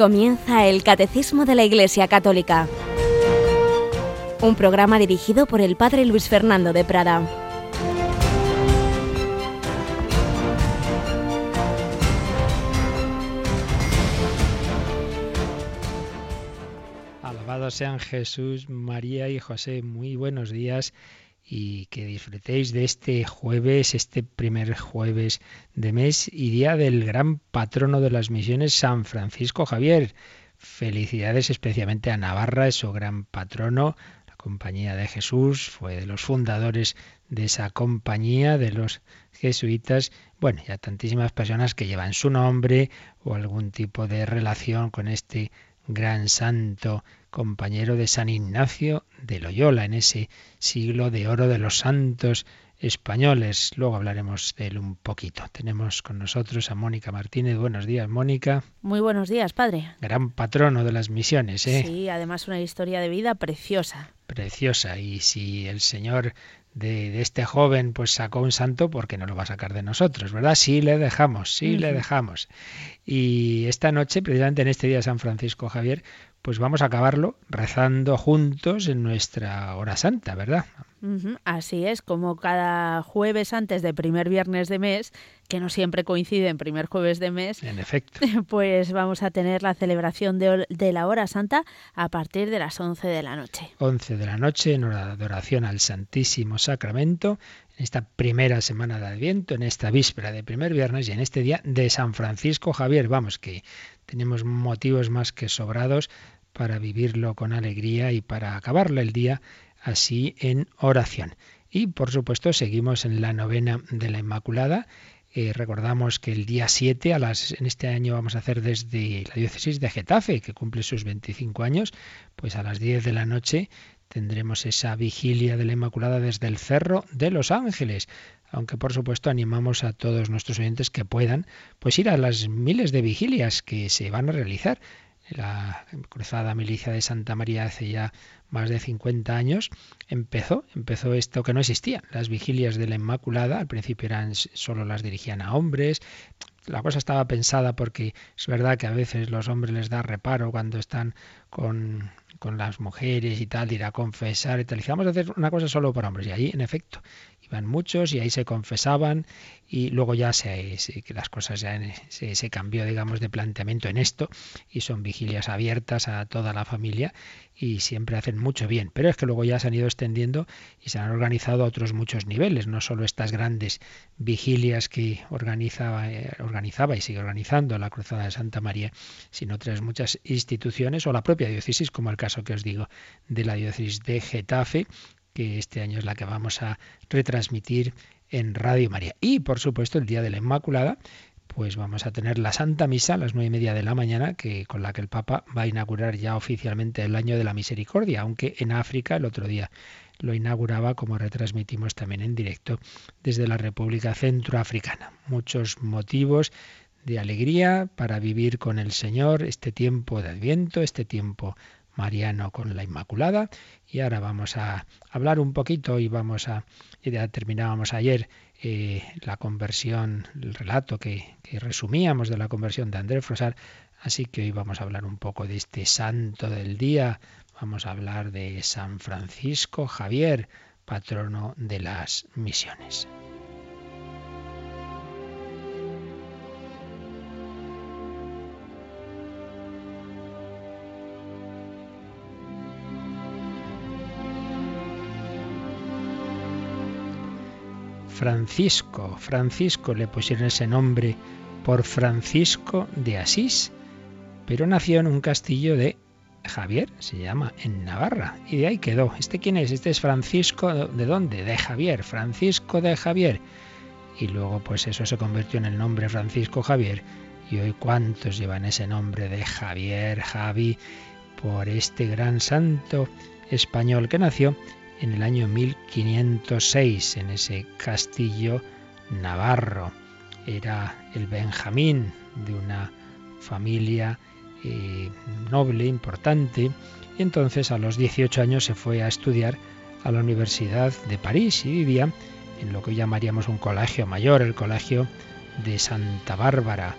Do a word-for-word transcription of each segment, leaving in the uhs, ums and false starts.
Comienza el Catecismo de la Iglesia Católica, un programa dirigido por el Padre Luis Fernando de Prada. Alabados sean Jesús, María y José. Muy buenos días y que disfrutéis de este jueves, este primer jueves de mes y día del gran patrono de las misiones, San Francisco Javier. Felicidades especialmente a Navarra, es su gran patrono. La Compañía de Jesús fue de los fundadores de esa compañía, de los jesuitas. Bueno, y a tantísimas personas que llevan su nombre o algún tipo de relación con este gran santo, compañero de San Ignacio de Loyola, en ese siglo de oro de los santos españoles. Luego hablaremos de él un poquito. Tenemos con nosotros a Mónica Martínez. Buenos días, Mónica. Muy buenos días, padre. Gran patrono de las misiones, ¿eh? Sí, además una historia de vida preciosa. Preciosa. Y si el Señor de, de este joven pues sacó un santo, ¿por qué no lo va a sacar de nosotros, verdad? Sí le dejamos, sí uh-huh. le dejamos. Y esta noche, precisamente en este día de San Francisco Javier, pues vamos a acabarlo rezando juntos en nuestra hora santa, ¿verdad? Uh-huh. Así es, como cada jueves antes de primer viernes de mes, que no siempre coincide en primer jueves de mes. En efecto. Pues vamos a tener la celebración de, de la hora santa a partir de las once de la noche. once de la noche en hora de adoración al Santísimo Sacramento, en esta primera semana de Adviento, en esta víspera de primer viernes y en este día de San Francisco Javier. Vamos, que tenemos motivos más que sobrados para vivirlo con alegría y para acabarle el día así en oración. Y por supuesto seguimos en la novena de la Inmaculada. Eh, recordamos que el día siete, a las, en este año vamos a hacer desde la diócesis de Getafe, que cumple sus veinticinco años, pues a las diez de la noche tendremos esa vigilia de la Inmaculada desde el Cerro de los Ángeles. Aunque por supuesto animamos a todos nuestros oyentes que puedan pues ir a las miles de vigilias que se van a realizar. La Cruzada Milicia de Santa María hace ya más de cincuenta años empezó, empezó esto que no existía, las vigilias de la Inmaculada. Al principio eran solo las dirigían a hombres. La cosa estaba pensada porque es verdad que a veces los hombres les da reparo cuando están con, con las mujeres y tal, de ir a confesar y tal. Y dice, vamos a hacer una cosa solo para hombres. Y ahí, en efecto, iban muchos y ahí se confesaban y luego ya se, se, las cosas ya se, se cambió, digamos, de planteamiento en esto y son vigilias abiertas a toda la familia y siempre hacen mucho bien. Pero es que luego ya se han ido extendiendo y se han organizado a otros muchos niveles, no solo estas grandes vigilias que organizaba, eh, organizaba y sigue organizando la Cruzada de Santa María, sino otras muchas instituciones o la propia diócesis, como el caso que os digo de la diócesis de Getafe, que este año es la que vamos a retransmitir en Radio María. Y, por supuesto, el Día de la Inmaculada, pues vamos a tener la Santa Misa a las nueve y media de la mañana, que con la que el Papa va a inaugurar ya oficialmente el Año de la Misericordia, aunque en África el otro día lo inauguraba, como retransmitimos también en directo desde la República Centroafricana. Muchos motivos de alegría para vivir con el Señor este tiempo de Adviento, este tiempo mariano con la Inmaculada. Y ahora vamos a hablar un poquito y vamos a, ya terminábamos ayer eh, la conversión, el relato que, que resumíamos de la conversión de André Froissart, así que hoy vamos a hablar un poco de este santo del día. Vamos a hablar de San Francisco Javier, patrono de las misiones. Francisco, Francisco le pusieron ese nombre por Francisco de Asís, pero nació en un castillo de Javier, se llama, en Navarra, y de ahí quedó. ¿Este quién es? Este es Francisco, ¿de dónde? De Javier, Francisco de Javier. Y luego pues eso se convirtió en el nombre Francisco Javier, y hoy cuántos llevan ese nombre de Javier, Javi, por este gran santo español que nació en el año mil quinientos seis, en ese castillo navarro. Era el Benjamín de una familia eh, noble, importante, y entonces a los dieciocho años se fue a estudiar a la Universidad de París y vivía en lo que hoy llamaríamos un colegio mayor, el colegio de Santa Bárbara.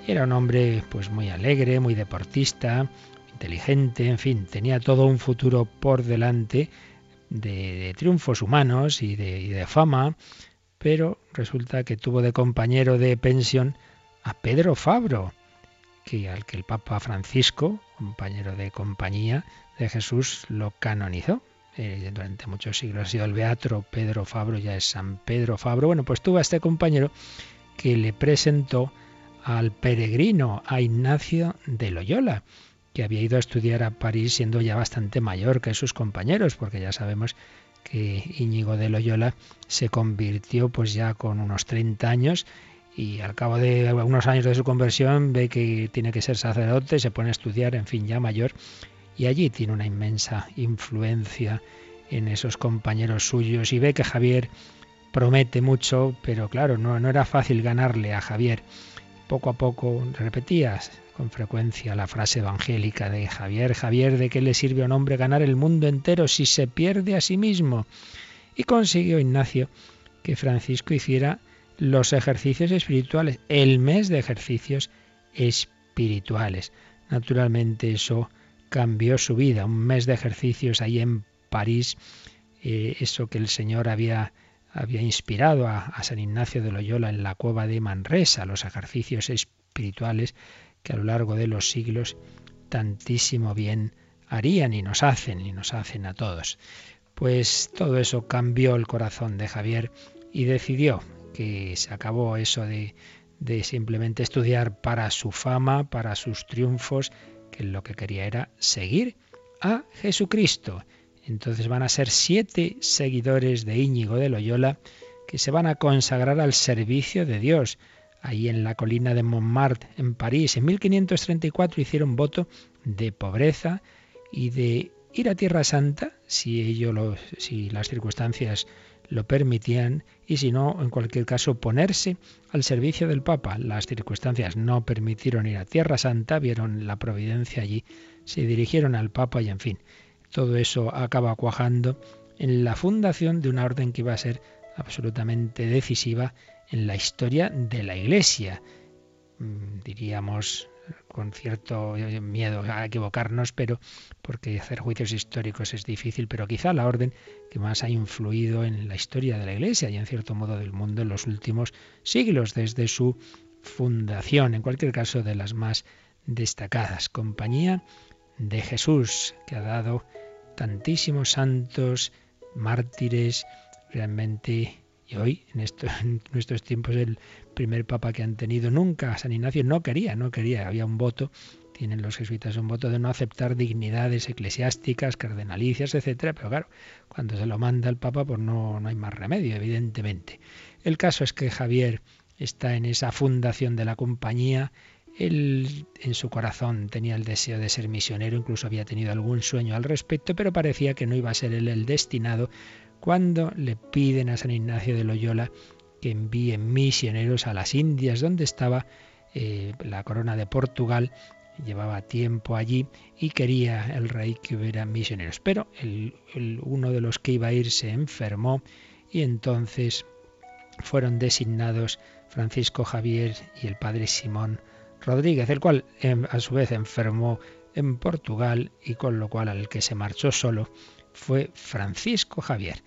Era un hombre pues muy alegre, muy deportista, inteligente, en fin, tenía todo un futuro por delante de, de triunfos humanos y de, y de fama, pero resulta que tuvo de compañero de pensión a Pedro Fabro, que al que el Papa Francisco, compañero de compañía de Jesús, lo canonizó. Eh, durante muchos siglos ha sido el beato Pedro Fabro, ya es San Pedro Fabro. Bueno, pues tuvo a este compañero que le presentó al peregrino, a Ignacio de Loyola, que había ido a estudiar a París siendo ya bastante mayor que sus compañeros, porque ya sabemos que Íñigo de Loyola se convirtió pues ya con unos treinta años, y al cabo de algunos años de su conversión ve que tiene que ser sacerdote, se pone a estudiar, en fin, ya mayor, y allí tiene una inmensa influencia en esos compañeros suyos, y ve que Javier promete mucho, pero claro, no, no era fácil ganarle a Javier. Poco a poco repetías con frecuencia la frase evangélica de Javier, Javier, ¿de qué le sirve a un hombre ganar el mundo entero si se pierde a sí mismo? Y consiguió Ignacio que Francisco hiciera los ejercicios espirituales, el mes de ejercicios espirituales. Naturalmente eso cambió su vida, un mes de ejercicios ahí en París, eh, eso que el Señor había, había inspirado a, a San Ignacio de Loyola en la cueva de Manresa, los ejercicios espirituales que a lo largo de los siglos tantísimo bien harían y nos hacen, y nos hacen a todos. Pues todo eso cambió el corazón de Javier y decidió que se acabó eso de, de simplemente estudiar para su fama, para sus triunfos, que lo que quería era seguir a Jesucristo. Entonces van a ser siete seguidores de Íñigo de Loyola que se van a consagrar al servicio de Dios. Ahí en la colina de Montmartre, en París, en mil quinientos treinta y cuatro hicieron voto de pobreza y de ir a Tierra Santa, si ello lo, si las circunstancias lo permitían, y si no, en cualquier caso, ponerse al servicio del Papa. Las circunstancias no permitieron ir a Tierra Santa, vieron la providencia allí, se dirigieron al Papa y, en fin, todo eso acaba cuajando en la fundación de una orden que iba a ser absolutamente decisiva en la historia de la Iglesia. Diríamos con cierto miedo a equivocarnos, pero porque hacer juicios históricos es difícil, pero quizá la orden que más ha influido en la historia de la Iglesia y en cierto modo del mundo en los últimos siglos, desde su fundación, en cualquier caso de las más destacadas. Compañía de Jesús, que ha dado tantísimos santos, mártires, realmente. Y hoy, en, esto, en nuestros tiempos, el primer papa que han tenido nunca, San Ignacio, no quería, no quería. Había un voto, tienen los jesuitas un voto de no aceptar dignidades eclesiásticas, cardenalicias, etcétera. Pero claro, cuando se lo manda el papa, pues no, no hay más remedio, evidentemente. El caso es que Javier está en esa fundación de la compañía. Él en su corazón tenía el deseo de ser misionero, incluso había tenido algún sueño al respecto, pero parecía que no iba a ser él el destinado, cuando le piden a San Ignacio de Loyola que envíe misioneros a las Indias, donde estaba eh, la corona de Portugal, llevaba tiempo allí y quería el rey que hubiera misioneros. Pero el, el, uno de los que iba a ir se enfermó y entonces fueron designados Francisco Javier y el padre Simón Rodríguez, el cual eh, a su vez enfermó en Portugal, y con lo cual al que se marchó solo fue Francisco Javier.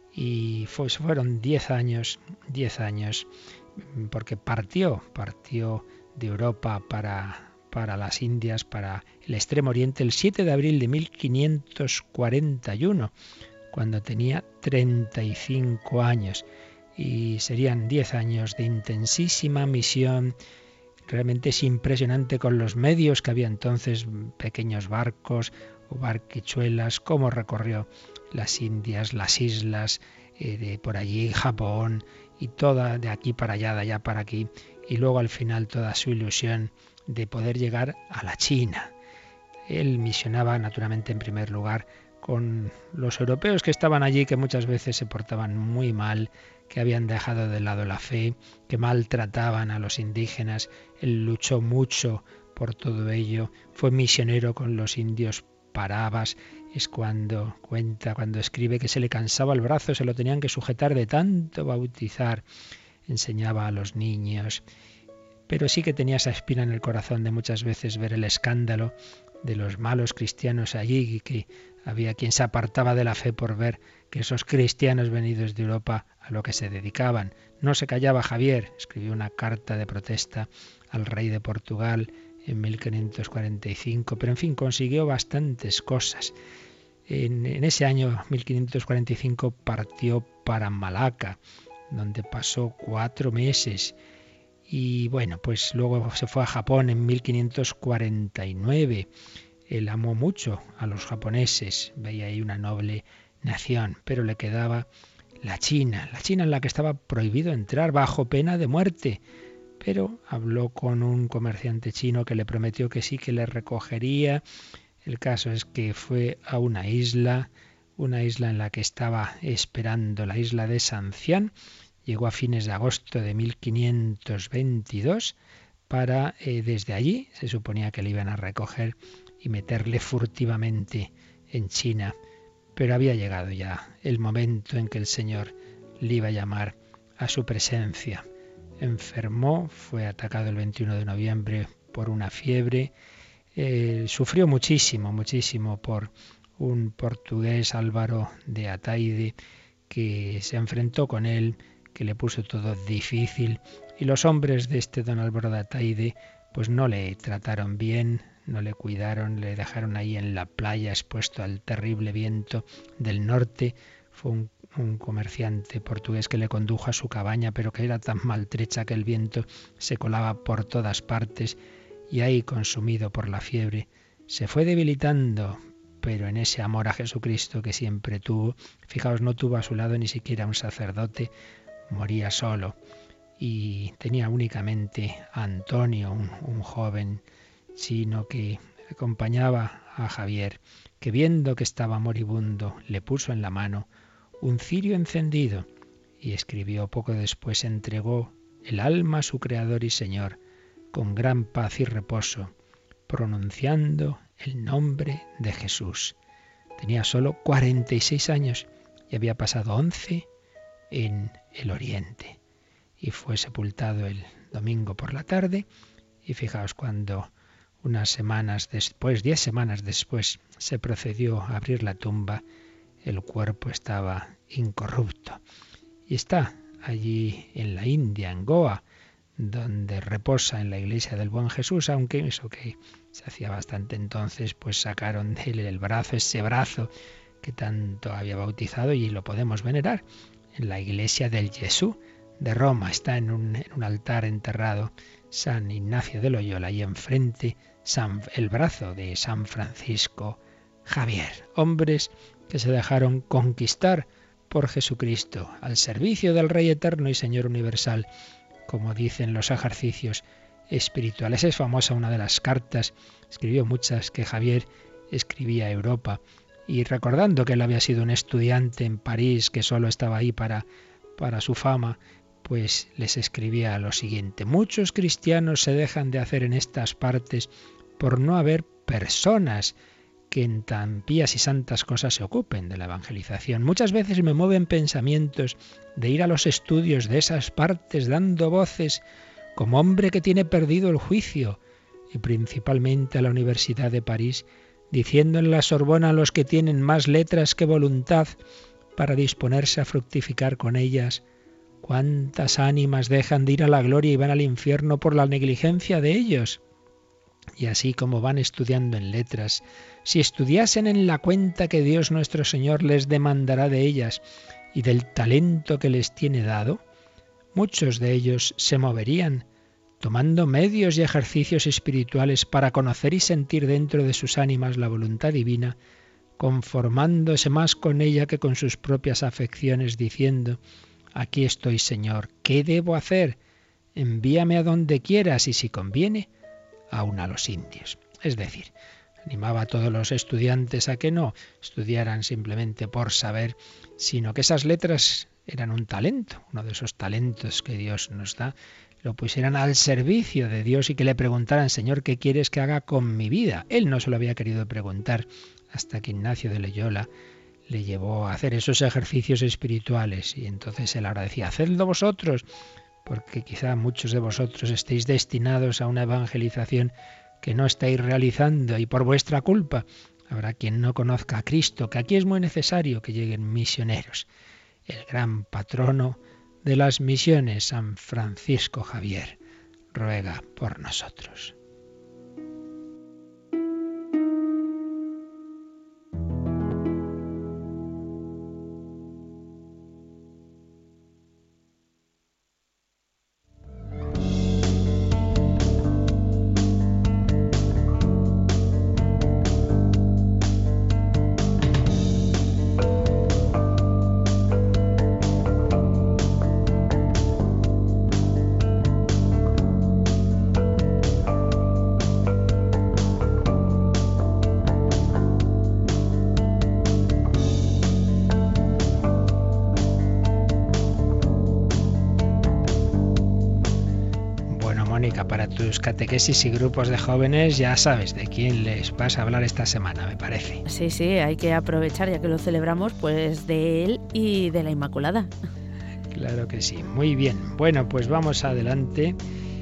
Y fue, fueron diez años, diez años, porque partió, partió de Europa para, para las Indias, para el Extremo Oriente, el siete de abril de mil quinientos cuarenta y uno, cuando tenía treinta y cinco años. Y serían diez años de intensísima misión. Realmente es impresionante con los medios que había entonces, pequeños barcos o barquichuelas, cómo recorrió las Indias, las islas, eh, de por allí, Japón, y toda de aquí para allá, de allá para aquí, y luego al final toda su ilusión de poder llegar a la China. Él misionaba naturalmente en primer lugar con los europeos que estaban allí, que muchas veces se portaban muy mal, que habían dejado de lado la fe, que maltrataban a los indígenas. Él luchó mucho por todo ello, fue misionero con los indios parabas. Es cuando cuenta, cuando escribe que se le cansaba el brazo, se lo tenían que sujetar de tanto bautizar. Enseñaba a los niños. pero sí que tenía esa espina en el corazón de muchas veces ver el escándalo de los malos cristianos allí, y que había quien se apartaba de la fe por ver que esos cristianos venidos de Europa a lo que se dedicaban. No se callaba Javier, escribió una carta de protesta al rey de Portugal en mil quinientos cuarenta y cinco, pero en fin, consiguió bastantes cosas. En, en ese año, mil quinientos cuarenta y cinco, partió para Malaca, donde pasó cuatro meses. Y bueno, pues luego se fue a Japón en mil quinientos cuarenta y nueve. Él amó mucho a los japoneses, veía ahí una noble nación, pero le quedaba la China, la China en la que estaba prohibido entrar bajo pena de muerte. Pero habló con un comerciante chino que le prometió que sí, que le recogería. El caso es que fue a una isla, una isla en la que estaba esperando, la isla de Sancián. Llegó a fines de agosto de mil quinientos veintidós para, eh, desde allí, se suponía que le iban a recoger y meterle furtivamente en China. Pero había llegado ya el momento en que el Señor le iba a llamar a su presencia. Enfermó, fue atacado el veintiuno de noviembre por una fiebre, eh, sufrió muchísimo, muchísimo por un portugués, Álvaro de Ataide, que se enfrentó con él, que le puso todo difícil, y los hombres de este don Álvaro de Ataide pues no le trataron bien, no le cuidaron, le dejaron ahí en la playa expuesto al terrible viento del norte. Fue un, un comerciante portugués que le condujo a su cabaña, pero que era tan maltrecha que el viento se colaba por todas partes, y ahí, consumido por la fiebre, se fue debilitando, pero en ese amor a Jesucristo que siempre tuvo, fijaos, no tuvo a su lado ni siquiera un sacerdote, moría solo, y tenía únicamente a Antonio, un, un joven chino que acompañaba a Javier, que viendo que estaba moribundo, le puso en la mano un cirio encendido, y escribió poco después: entregó el alma a su Creador y Señor, con gran paz y reposo, pronunciando el nombre de Jesús. Tenía solo cuarenta y seis años y había pasado once en el Oriente. Y fue sepultado el domingo por la tarde, y fijaos, cuando unas semanas después, diez semanas después, se procedió a abrir la tumba, el cuerpo estaba incorrupto. Y está allí en la India, en Goa, donde reposa en la iglesia del Buen Jesús, aunque eso que se hacía bastante entonces, pues sacaron de él el brazo, ese brazo que tanto había bautizado, y lo podemos venerar en la iglesia del Jesús de Roma. Está en un, en un altar enterrado San Ignacio de Loyola, y enfrente San, el brazo de San Francisco Javier. Hombres que se dejaron conquistar por Jesucristo, al servicio del Rey Eterno y Señor Universal, como dicen los ejercicios espirituales. Es famosa una de las cartas, escribió muchas, que Javier escribía a Europa, y recordando que él había sido un estudiante en París, que solo estaba ahí para, para su fama, pues les escribía lo siguiente: muchos cristianos se dejan de hacer en estas partes por no haber personas que en tan pías y santas cosas se ocupen de la evangelización. Muchas veces me mueven pensamientos de ir a los estudios de esas partes dando voces como hombre que tiene perdido el juicio, y principalmente a la Universidad de París, diciendo en la Sorbona a los que tienen más letras que voluntad para disponerse a fructificar con ellas: ¿cuántas ánimas dejan de ir a la gloria y van al infierno por la negligencia de ellos? Y así como van estudiando en letras, si estudiasen en la cuenta que Dios nuestro Señor les demandará de ellas y del talento que les tiene dado, muchos de ellos se moverían, tomando medios y ejercicios espirituales para conocer y sentir dentro de sus ánimas la voluntad divina, conformándose más con ella que con sus propias afecciones, diciendo: aquí estoy, Señor, ¿qué debo hacer? Envíame a donde quieras, y si conviene, aun a los indios. Es decir, animaba a todos los estudiantes a que no estudiaran simplemente por saber, sino que esas letras eran un talento, uno de esos talentos que Dios nos da, lo pusieran al servicio de Dios y que le preguntaran: Señor, ¿qué quieres que haga con mi vida? Él no se lo había querido preguntar hasta que Ignacio de Loyola le llevó a hacer esos ejercicios espirituales, y entonces él ahora decía: hacedlo vosotros. porque quizá muchos de vosotros estéis destinados a una evangelización que no estáis realizando y por vuestra culpa habrá quien no conozca a Cristo, que aquí es muy necesario que lleguen misioneros. El gran patrono de las misiones, San Francisco Javier, ruega por nosotros. Para tus catequesis y grupos de jóvenes ya sabes de quién les vas a hablar esta semana, me parece. Sí, sí, hay que aprovechar, ya que lo celebramos, pues de él y de la Inmaculada. Claro que sí, muy bien. Bueno, pues vamos adelante.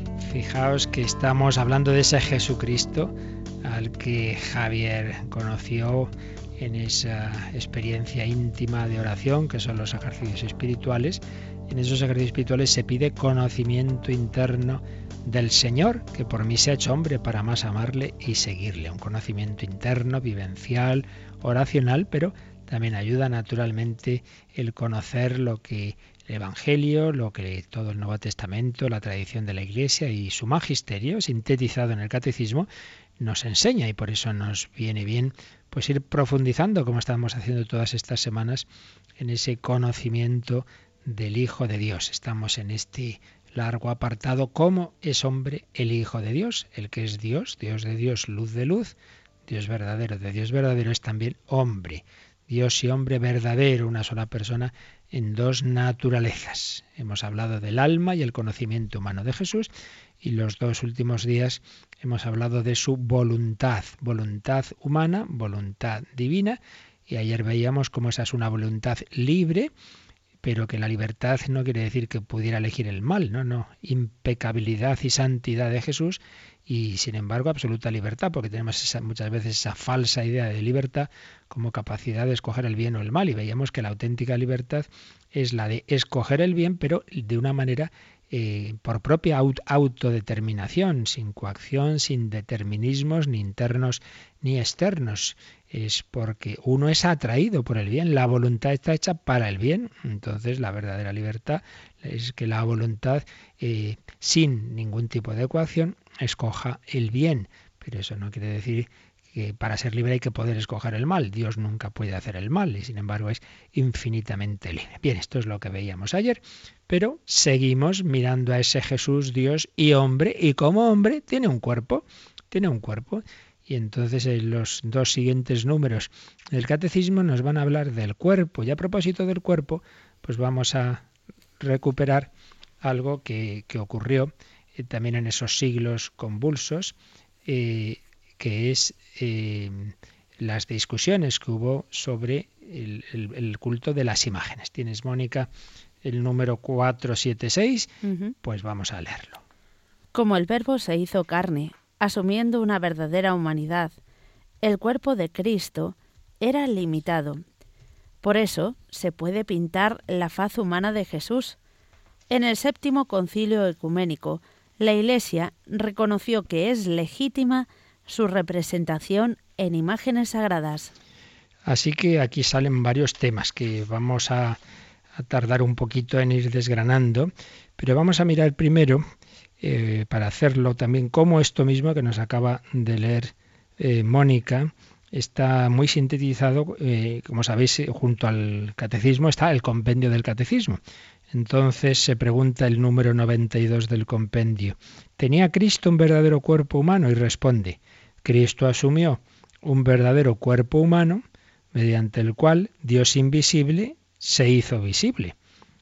Fijaos que estamos hablando de ese Jesucristo al que Javier conoció en esa experiencia íntima de oración, que son los ejercicios espirituales. En esos ejercicios espirituales se pide conocimiento interno del Señor, que por mí se ha hecho hombre para más amarle y seguirle. Un conocimiento interno, vivencial, oracional, pero también ayuda naturalmente el conocer lo que el Evangelio, lo que todo el Nuevo Testamento, la tradición de la Iglesia y su magisterio, sintetizado en el Catecismo, nos enseña, y por eso nos viene bien pues ir profundizando, como estamos haciendo todas estas semanas, en ese conocimiento del Hijo de Dios. Estamos en este largo apartado, ¿cómo es hombre el Hijo de Dios? El que es Dios, Dios de Dios, luz de luz, Dios verdadero de Dios verdadero, es también hombre. Dios y hombre verdadero, una sola persona en dos naturalezas. Hemos hablado del alma y el conocimiento humano de Jesús, y los dos últimos días hemos hablado de su voluntad, voluntad humana, voluntad divina, y ayer veíamos cómo esa es una voluntad libre, pero que la libertad no quiere decir que pudiera elegir el mal, no, no, impecabilidad y santidad de Jesús y sin embargo absoluta libertad, porque tenemos esa, muchas veces esa falsa idea de libertad como capacidad de escoger el bien o el mal, y veíamos que la auténtica libertad es la de escoger el bien, pero de una manera eh, por propia aut- autodeterminación, sin coacción, sin determinismos ni internos ni externos. Es porque uno es atraído por el bien, la voluntad está hecha para el bien. Entonces la verdadera libertad es que la voluntad, eh, sin ningún tipo de coacción, escoja el bien. Pero eso no quiere decir que para ser libre hay que poder escoger el mal. Dios nunca puede hacer el mal y sin embargo es infinitamente libre. Bien, esto es lo que veíamos ayer, pero seguimos mirando a ese Jesús, Dios y hombre, y como hombre tiene un cuerpo, tiene un cuerpo. Y entonces en los dos siguientes números del Catecismo nos van a hablar del cuerpo. Y a propósito del cuerpo, pues vamos a recuperar algo que, que ocurrió eh, también en esos siglos convulsos, eh, que es eh, las discusiones que hubo sobre el, el, el culto de las imágenes. ¿Tienes, Mónica, el número cuatrocientos setenta y seis? Uh-huh. Pues vamos a leerlo. Como el Verbo se hizo carne, asumiendo una verdadera humanidad, el cuerpo de Cristo era limitado. Por eso se puede pintar la faz humana de Jesús. En el séptimo concilio ecuménico, la Iglesia reconoció que es legítima su representación en imágenes sagradas. Así que aquí salen varios temas que vamos a, a tardar un poquito en ir desgranando, pero vamos a mirar primero, Eh, para hacerlo también, como esto mismo que nos acaba de leer eh, Mónica, está muy sintetizado, eh, como sabéis, junto al Catecismo está el compendio del Catecismo. Entonces se pregunta el número noventa y dos del compendio: ¿tenía Cristo un verdadero cuerpo humano? Y responde: Cristo asumió un verdadero cuerpo humano mediante el cual Dios invisible se hizo visible.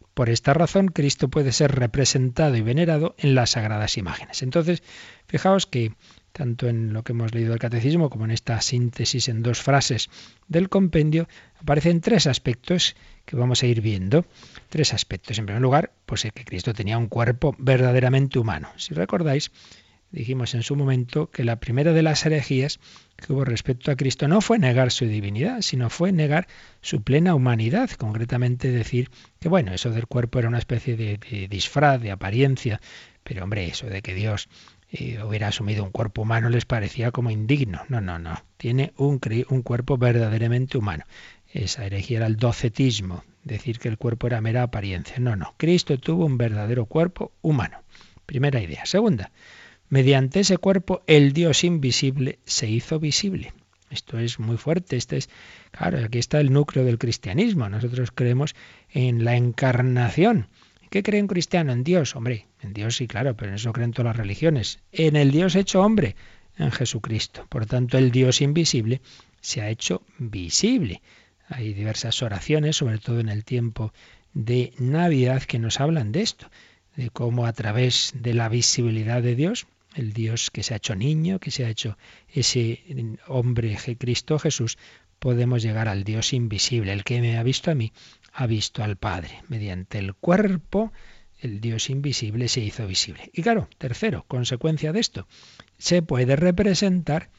Por esta razón, Cristo puede ser representado y venerado en las sagradas imágenes. Entonces, fijaos que tanto en lo que hemos leído del Catecismo como en esta síntesis en dos frases del compendio, aparecen tres aspectos que vamos a ir viendo. Tres aspectos. En primer lugar, pues que Cristo tenía un cuerpo verdaderamente humano. Si recordáis, dijimos en su momento que la primera de las herejías que hubo respecto a Cristo no fue negar su divinidad, sino fue negar su plena humanidad, concretamente decir que, bueno, eso del cuerpo era una especie de, de disfraz, de apariencia, pero hombre, eso de que Dios eh, hubiera asumido un cuerpo humano les parecía como indigno. No, no, no, tiene un, un cuerpo verdaderamente humano. Esa herejía era el docetismo, decir que el cuerpo era mera apariencia. No, no, Cristo tuvo un verdadero cuerpo humano. Primera idea. Segunda, mediante ese cuerpo, el Dios invisible se hizo visible. Esto es muy fuerte. Este es, claro, aquí está el núcleo del cristianismo. Nosotros creemos en la encarnación. ¿Qué cree un cristiano? En Dios. Hombre, en Dios sí, claro, pero en eso creen todas las religiones. En el Dios hecho hombre, en Jesucristo. Por tanto, el Dios invisible se ha hecho visible. Hay diversas oraciones, sobre todo en el tiempo de Navidad, que nos hablan de esto, de cómo a través de la visibilidad de Dios, el Dios que se ha hecho niño, que se ha hecho ese hombre Cristo Jesús, podemos llegar al Dios invisible. El que me ha visto a mí, ha visto al Padre. Mediante el cuerpo, el Dios invisible se hizo visible. Y claro, tercero, consecuencia de esto, se puede representar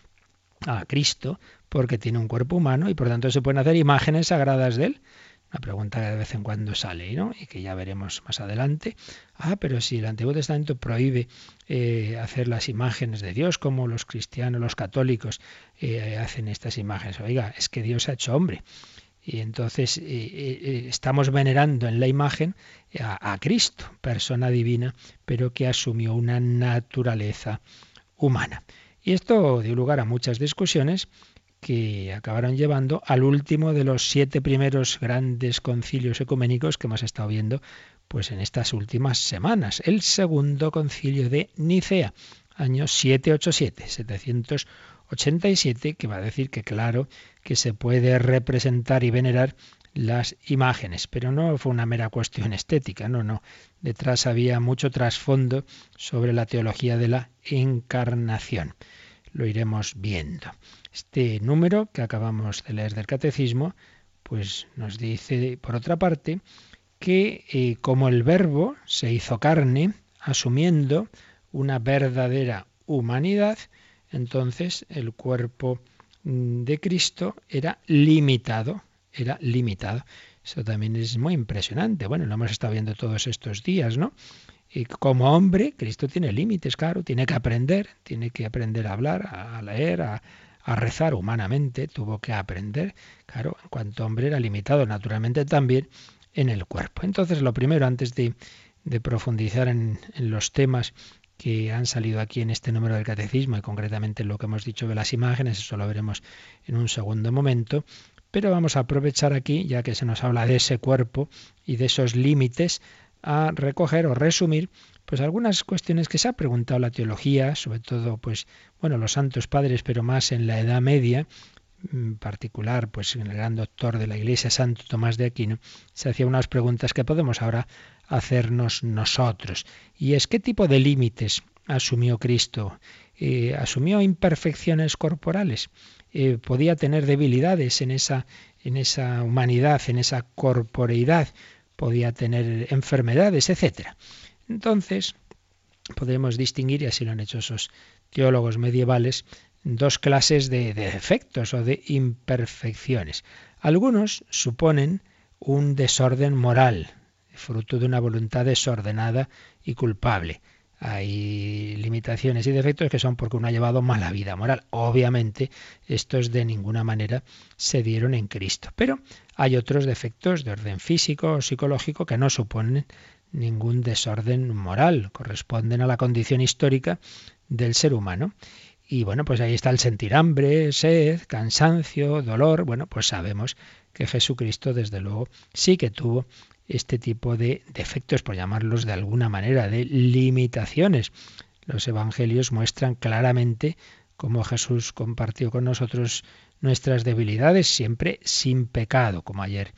a Cristo porque tiene un cuerpo humano y por tanto se pueden hacer imágenes sagradas de él. Una pregunta que de vez en cuando sale, ¿no? Y que ya veremos más adelante. Ah, pero si el Antiguo Testamento prohíbe eh, hacer las imágenes de Dios, como los cristianos, los católicos eh, hacen estas imágenes. Oiga, es que Dios se ha hecho hombre. Y entonces eh, eh, estamos venerando en la imagen a, a Cristo, persona divina, pero que asumió una naturaleza humana. Y esto dio lugar a muchas discusiones que acabaron llevando al último de los siete primeros grandes concilios ecuménicos que hemos estado viendo pues en estas últimas semanas. El segundo concilio de Nicea, año setecientos ochenta y siete, setecientos ochenta y siete, que va a decir que claro que se puede representar y venerar las imágenes, pero no fue una mera cuestión estética, no, no. Detrás había mucho trasfondo sobre la teología de la encarnación. Lo iremos viendo. Este número que acabamos de leer del Catecismo, pues nos dice, por otra parte, que eh, como el Verbo se hizo carne, asumiendo una verdadera humanidad, entonces el cuerpo de Cristo era limitado, era limitado. Eso también es muy impresionante. Bueno, lo hemos estado viendo todos estos días, ¿no? Y como hombre, Cristo tiene límites, claro, tiene que aprender, tiene que aprender a hablar, a leer, a, a rezar humanamente, tuvo que aprender, claro, en cuanto hombre era limitado, naturalmente también en el cuerpo. Entonces, lo primero, antes de, de profundizar en, en los temas que han salido aquí en este número del Catecismo, y concretamente en lo que hemos dicho de las imágenes, eso lo veremos en un segundo momento, pero vamos a aprovechar aquí, ya que se nos habla de ese cuerpo y de esos límites, a recoger o resumir pues algunas cuestiones que se ha preguntado la teología, sobre todo pues bueno los santos padres, pero más en la Edad Media, en particular pues en el gran doctor de la Iglesia, Santo Tomás de Aquino, se hacía unas preguntas que podemos ahora hacernos nosotros. Y es, ¿qué tipo de límites asumió Cristo? Eh, ¿Asumió imperfecciones corporales? Eh, ¿Podía tener debilidades en esa, en esa humanidad, en esa corporeidad? Podía tener enfermedades, etcétera. Entonces, podemos distinguir, y así lo han hecho esos teólogos medievales, dos clases de, de defectos o de imperfecciones. Algunos suponen un desorden moral, fruto de una voluntad desordenada y culpable. Hay limitaciones y defectos que son porque uno ha llevado mala vida moral. Obviamente, estos de ninguna manera se dieron en Cristo. Pero hay otros defectos de orden físico o psicológico que no suponen ningún desorden moral, corresponden a la condición histórica del ser humano. Y bueno, pues ahí está el sentir hambre, sed, cansancio, dolor. Bueno, pues sabemos que Jesucristo, desde luego, sí que tuvo este tipo de defectos, por llamarlos de alguna manera, de limitaciones. Los evangelios muestran claramente cómo Jesús compartió con nosotros nuestras debilidades, siempre sin pecado, como ayer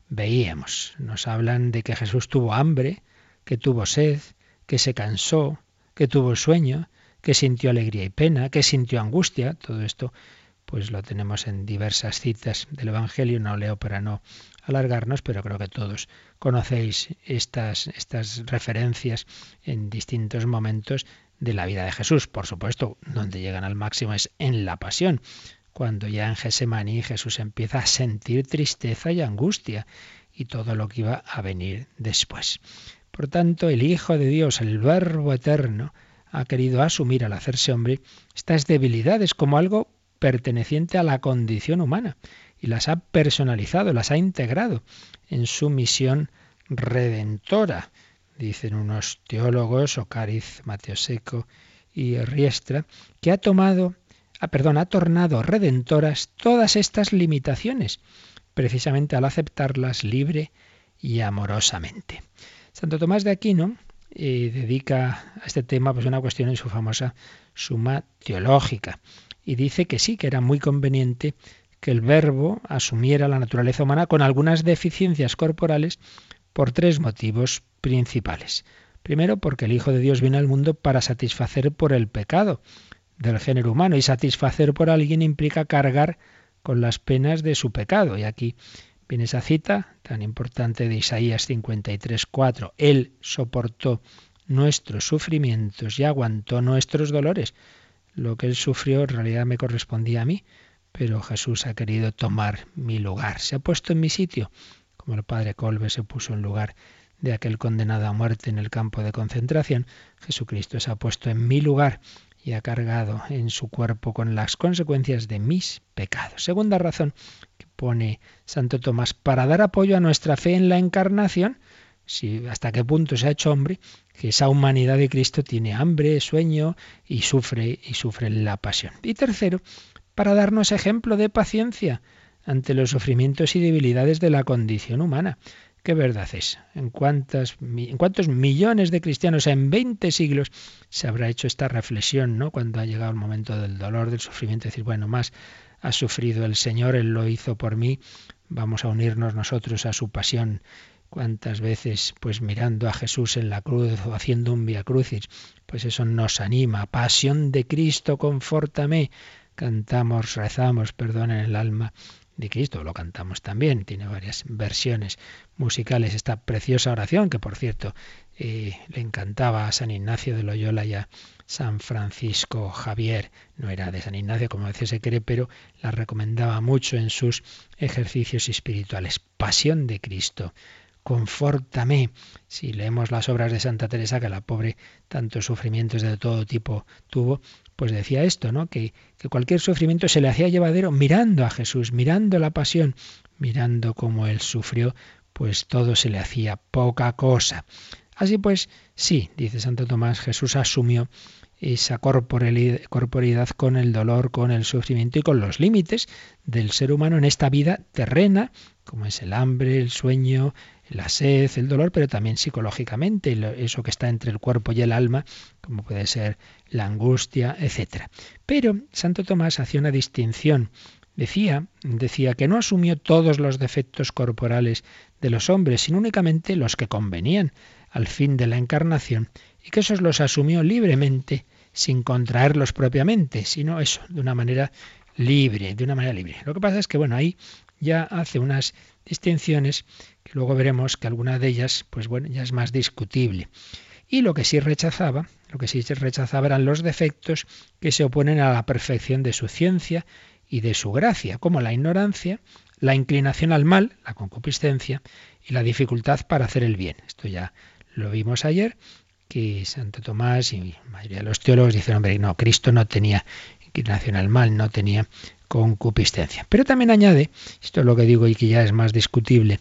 veíamos. Nos hablan de que Jesús tuvo hambre, que tuvo sed, que se cansó, que tuvo sueño, que sintió alegría y pena, que sintió angustia. Todo esto pues lo tenemos en diversas citas del Evangelio. No leo para no alargarnos, pero creo que todos conocéis estas, estas referencias en distintos momentos de la vida de Jesús. Por supuesto, donde llegan al máximo es en la pasión, cuando ya en Gesemaní Jesús empieza a sentir tristeza y angustia y todo lo que iba a venir después. Por tanto, el Hijo de Dios, el Verbo eterno, ha querido asumir al hacerse hombre estas debilidades como algo perteneciente a la condición humana y las ha personalizado, las ha integrado en su misión redentora. Dicen unos teólogos, Ocariz, Mateo Seco y Riestra, que ha tomado, ah, perdón, ha tornado redentoras todas estas limitaciones, precisamente al aceptarlas libre y amorosamente. Santo Tomás de Aquino eh, dedica a este tema pues una cuestión en su famosa Suma Teológica y dice que sí, que era muy conveniente que el Verbo asumiera la naturaleza humana con algunas deficiencias corporales por tres motivos principales. Primero, porque el Hijo de Dios vino al mundo para satisfacer por el pecado del género humano, y satisfacer por alguien implica cargar con las penas de su pecado. Y aquí viene esa cita tan importante de Isaías cincuenta y tres, cuatro. Él soportó nuestros sufrimientos y aguantó nuestros dolores. Lo que él sufrió en realidad me correspondía a mí, pero Jesús ha querido tomar mi lugar. Se ha puesto en mi sitio, como el padre Kolbe se puso en lugar de aquel condenado a muerte en el campo de concentración. Jesucristo se ha puesto en mi lugar y ha cargado en su cuerpo con las consecuencias de mis pecados. Segunda razón que pone Santo Tomás, para dar apoyo a nuestra fe en la encarnación. Si hasta qué punto se ha hecho hombre, que esa humanidad de Cristo tiene hambre, sueño y sufre y sufre la pasión. Y tercero, para darnos ejemplo de paciencia ante los sufrimientos y debilidades de la condición humana. ¿Qué verdad es? ¿En, cuántas, ¿En cuántos millones de cristianos en veinte siglos se habrá hecho esta reflexión, ¿no? Cuando ha llegado el momento del dolor, del sufrimiento, decir, bueno, más ha sufrido el Señor, Él lo hizo por mí, vamos a unirnos nosotros a su pasión. ¿Cuántas veces, pues mirando a Jesús en la cruz o haciendo un vía crucis, pues eso nos anima? Pasión de Cristo, confórtame. Cantamos, rezamos, perdón en el alma de Cristo, lo cantamos también, tiene varias versiones musicales esta preciosa oración, que por cierto eh, le encantaba a San Ignacio de Loyola y a San Francisco Javier. No era de San Ignacio, como a veces se cree, pero la recomendaba mucho en sus ejercicios espirituales. Pasión de Cristo, confórtame. Si leemos las obras de Santa Teresa, que la pobre tantos sufrimientos de todo tipo tuvo, pues decía esto, ¿no? Que, que cualquier sufrimiento se le hacía llevadero mirando a Jesús, mirando la pasión, mirando cómo Él sufrió, pues todo se le hacía poca cosa. Así pues, sí, dice Santo Tomás, Jesús asumió esa corporeidad con el dolor, con el sufrimiento y con los límites del ser humano en esta vida terrena, como es el hambre, el sueño, la sed, el dolor, pero también psicológicamente, eso que está entre el cuerpo y el alma, como puede ser la angustia, etcétera. Pero Santo Tomás hacía una distinción. Decía, decía que no asumió todos los defectos corporales de los hombres, sino únicamente los que convenían al fin de la encarnación, y que esos los asumió libremente, sin contraerlos propiamente, sino eso, de una manera libre, de una manera libre. Lo que pasa es que, bueno, ahí ya hace unas distinciones que luego veremos que alguna de ellas, pues bueno, ya es más discutible. Y lo que sí rechazaba, lo que sí se rechazaba eran los defectos que se oponen a la perfección de su ciencia y de su gracia, como la ignorancia, la inclinación al mal, la concupiscencia y la dificultad para hacer el bien. Esto ya lo vimos ayer, que Santo Tomás y la mayoría de los teólogos dicen, hombre, no, Cristo no tenía inclinación al mal, no tenía concupiscencia. Pero también añade, esto es lo que digo y que ya es más discutible,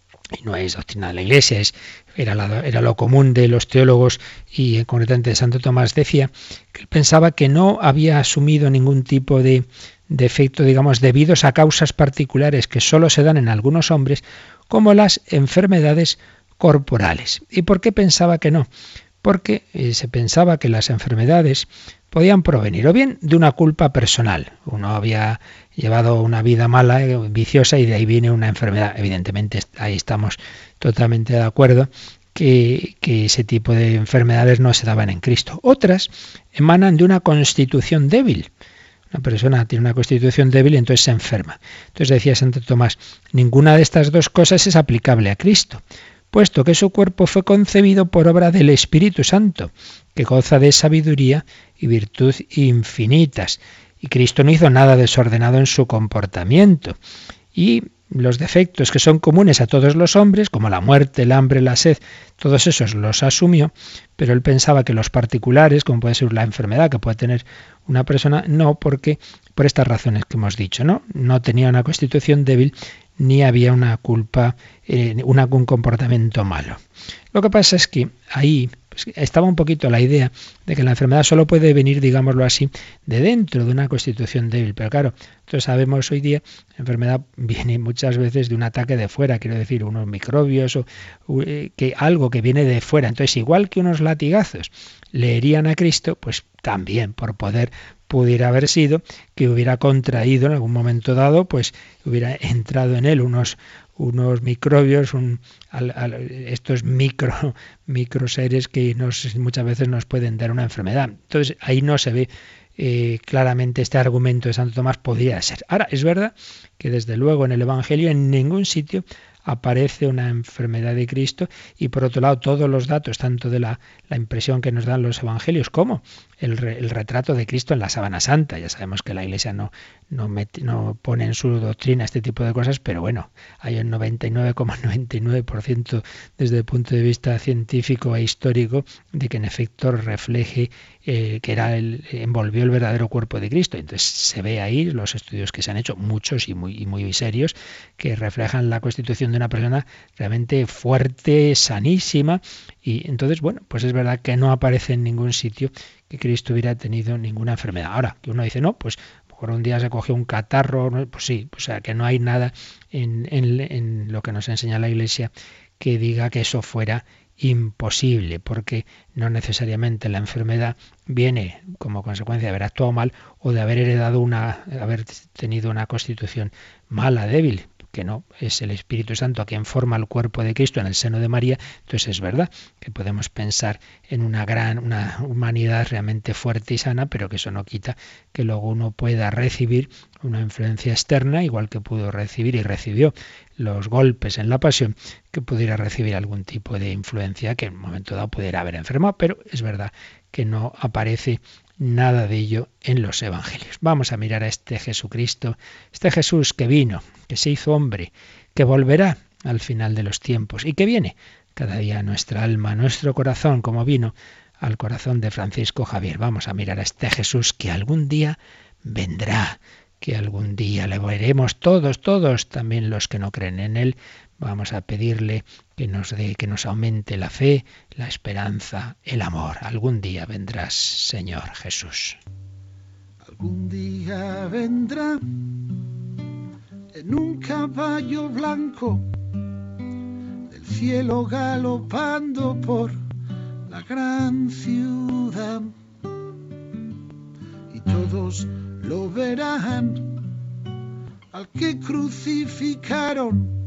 y no es doctrina de la Iglesia, es, era, la, era lo común de los teólogos y concretamente de Santo Tomás, decía que él pensaba que no había asumido ningún tipo de defecto, digamos, debidos a causas particulares que solo se dan en algunos hombres, como las enfermedades corporales. ¿Y por qué pensaba que no? Porque eh, se pensaba que las enfermedades podían provenir o bien de una culpa personal. Uno había llevado una vida mala, viciosa, y de ahí viene una enfermedad. Evidentemente, ahí estamos totalmente de acuerdo, que, que ese tipo de enfermedades no se daban en Cristo. Otras emanan de una constitución débil. Una persona tiene una constitución débil y entonces se enferma. Entonces decía Santo Tomás, ninguna de estas dos cosas es aplicable a Cristo, puesto que su cuerpo fue concebido por obra del Espíritu Santo, que goza de sabiduría y virtud infinitas. Y Cristo no hizo nada desordenado en su comportamiento. Y los defectos que son comunes a todos los hombres, como la muerte, el hambre, la sed, todos esos los asumió, pero él pensaba que los particulares, como puede ser la enfermedad que puede tener una persona, no, porque por estas razones que hemos dicho, ¿no? No tenía una constitución débil ni había una culpa, eh, una, un comportamiento malo. Lo que pasa es que ahí pues, estaba un poquito la idea de que la enfermedad solo puede venir, digámoslo así, de dentro de una constitución débil. Pero claro, todos sabemos hoy día, la enfermedad viene muchas veces de un ataque de fuera, quiero decir, unos microbios o eh, que algo que viene de fuera. Entonces, igual que unos latigazos le herían a Cristo, pues también por poder pudiera haber sido que hubiera contraído en algún momento dado, pues hubiera entrado en él unos unos microbios, un, al, al, estos micro, micro seres que nos, muchas veces nos pueden dar una enfermedad. Entonces ahí no se ve eh, claramente este argumento de Santo Tomás podría ser. Ahora, es verdad que desde luego en el Evangelio en ningún sitio aparece una enfermedad de Cristo, y por otro lado todos los datos, tanto de la, la impresión que nos dan los evangelios como el, re, el retrato de Cristo en la sábana santa. Ya sabemos que la Iglesia no, no, met, no pone en su doctrina este tipo de cosas, pero bueno, hay un noventa y nueve coma noventa y nueve por ciento desde el punto de vista científico e histórico de que en efecto refleje eh, que era el, envolvió el verdadero cuerpo de Cristo. Entonces se ve ahí los estudios que se han hecho, muchos y muy, y muy serios, que reflejan la constitución de una persona realmente fuerte, sanísima, y entonces, bueno, pues es verdad que no aparece en ningún sitio que Cristo hubiera tenido ninguna enfermedad. Ahora, que uno dice, no, pues por un día se cogió un catarro, pues sí, o sea, que no hay nada en, en, en lo que nos enseña la Iglesia que diga que eso fuera imposible, porque no necesariamente la enfermedad viene como consecuencia de haber actuado mal o de haber heredado una, haber tenido una constitución mala, débil, que no, es el Espíritu Santo a quien forma el cuerpo de Cristo en el seno de María. Entonces es verdad que podemos pensar en una gran, una humanidad realmente fuerte y sana, pero que eso no quita que luego uno pueda recibir una influencia externa, igual que pudo recibir y recibió los golpes en la pasión, que pudiera recibir algún tipo de influencia que en un momento dado pudiera haber enfermado, pero es verdad que no aparece nada de ello en los evangelios. Vamos a mirar a este Jesucristo, este Jesús que vino, que se hizo hombre, que volverá al final de los tiempos y que viene cada día a nuestra alma, a nuestro corazón, como vino al corazón de Francisco Javier. Vamos a mirar a este Jesús que algún día vendrá, que algún día le veremos todos, todos, también los que no creen en él. Vamos a pedirle que nos dé, que nos aumente la fe, la esperanza, el amor. Algún día vendrás, Señor Jesús. Algún día vendrá en un caballo blanco, del cielo galopando por la gran ciudad, y todos lo verán al que crucificaron.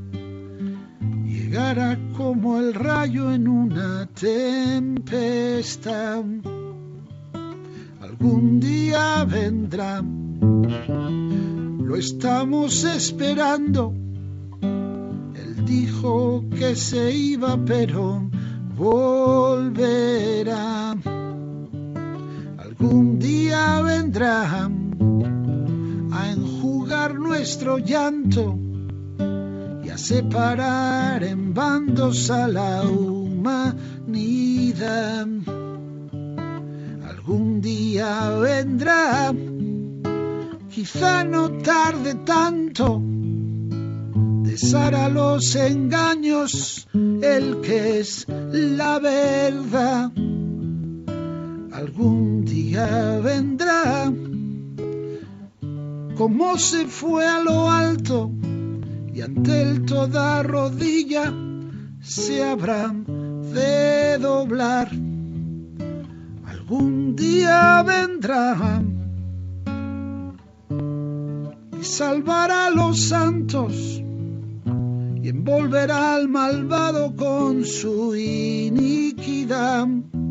Llegará como el rayo en una tempestad. Algún día vendrá, lo estamos esperando. Él dijo que se iba, pero volverá. Algún día vendrá a enjugar nuestro llanto y a separar en bandos a la humanidad. Algún día vendrá, quizá no tarde tanto, deshará los engaños el que es la verdad. Algún día vendrá, como se fue a lo alto, y ante él toda rodilla se habrá de doblar. algún día vendrá y salvará a los santos y envolverá al malvado con su iniquidad.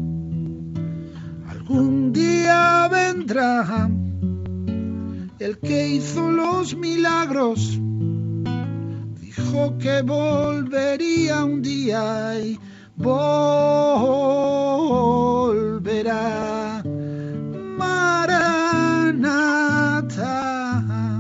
Algún día vendrá el que hizo los milagros, dijo que volvería un día y volverá. Maranatha.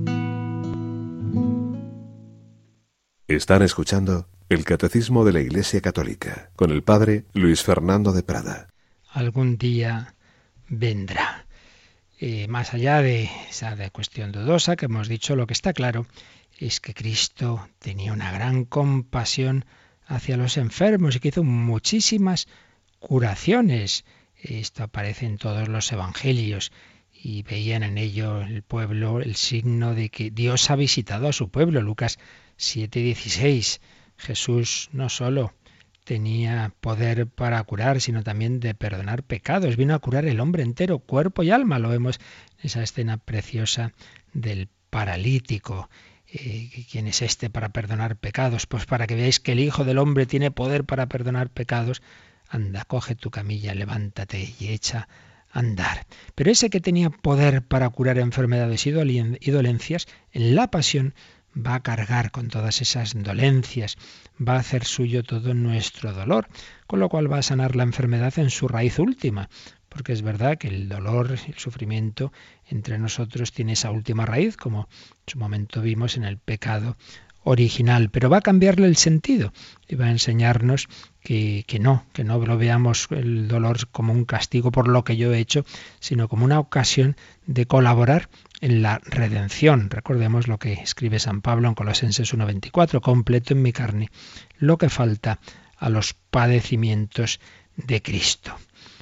Están escuchando el Catecismo de la Iglesia Católica con el Padre Luis Fernando de Prada. Algún día vendrá. Eh, más allá de esa de cuestión dudosa que hemos dicho, lo que está claro es que Cristo tenía una gran compasión hacia los enfermos y que hizo muchísimas curaciones. Esto aparece en todos los evangelios y veían en ello el pueblo el signo de que Dios ha visitado a su pueblo. Lucas siete dieciséis. Jesús no solo tenía poder para curar, sino también de perdonar pecados. Vino a curar el hombre entero, cuerpo y alma. Lo vemos en esa escena preciosa del paralítico. Eh, ¿Quién es este para perdonar pecados? Pues para que veáis que el Hijo del Hombre tiene poder para perdonar pecados. Anda, coge tu camilla, levántate y echa a andar. Pero ese que tenía poder para curar enfermedades y dolencias, en la pasión va a cargar con todas esas dolencias, va a hacer suyo todo nuestro dolor, con lo cual va a sanar la enfermedad en su raíz última, porque es verdad que el dolor, el sufrimiento entre nosotros tiene esa última raíz, como en su momento vimos en el pecado original, pero va a cambiarle el sentido y va a enseñarnos que, que no, que no lo veamos el dolor como un castigo por lo que yo he hecho, sino como una ocasión de colaborar en la redención. Recordemos lo que escribe San Pablo en Colosenses uno veinticuatro, completo en mi carne lo que falta a los padecimientos de Cristo.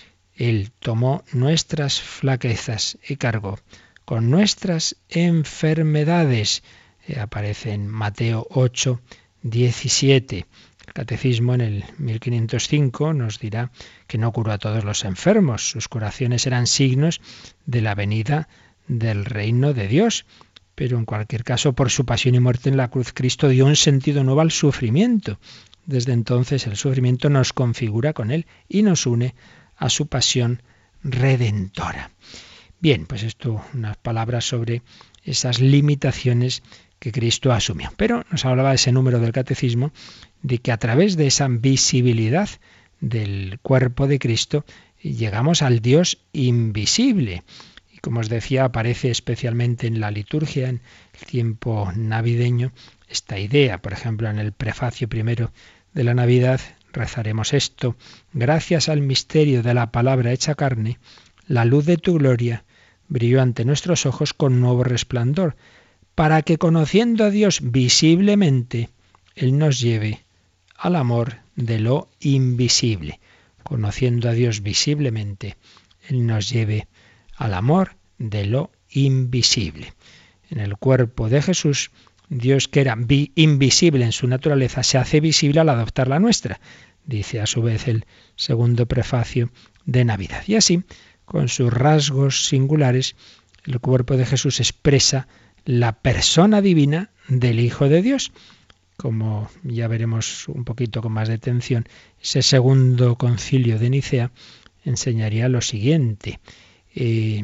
Él tomó nuestras flaquezas y cargó con nuestras enfermedades. Eh, aparece en Mateo ocho diecisiete. El Catecismo en el mil quinientos cinco nos dirá que no curó a todos los enfermos. Sus curaciones eran signos de la venida del reino de Dios. Pero en cualquier caso, por su pasión y muerte en la cruz, Cristo dio un sentido nuevo al sufrimiento. Desde entonces el sufrimiento nos configura con Él y nos une a su pasión redentora. Bien, pues esto, unas palabras sobre esas limitaciones que Cristo asumió. Pero nos hablaba ese número del Catecismo de que a través de esa visibilidad del cuerpo de Cristo llegamos al Dios invisible. Y como os decía, aparece especialmente en la liturgia, en el tiempo navideño, esta idea. Por ejemplo, en el prefacio primero de la Navidad rezaremos esto: gracias al misterio de la palabra hecha carne, la luz de tu gloria brilló ante nuestros ojos con nuevo resplandor, para que conociendo a Dios visiblemente, Él nos lleve al amor de lo invisible. Conociendo a Dios visiblemente, Él nos lleve al amor de lo invisible. En el cuerpo de Jesús, Dios, que era invisible en su naturaleza, se hace visible al adoptar la nuestra, dice a su vez el segundo prefacio de Navidad. Y así, con sus rasgos singulares, el cuerpo de Jesús expresa la persona divina del Hijo de Dios. Como ya veremos un poquito con más detención, ese segundo concilio de Nicea enseñaría lo siguiente, eh,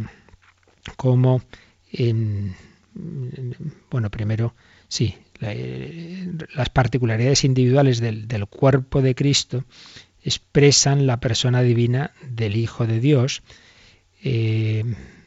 como en, bueno, primero, sí, la, eh, las particularidades individuales del, del cuerpo de Cristo expresan la persona divina del Hijo de Dios, eh,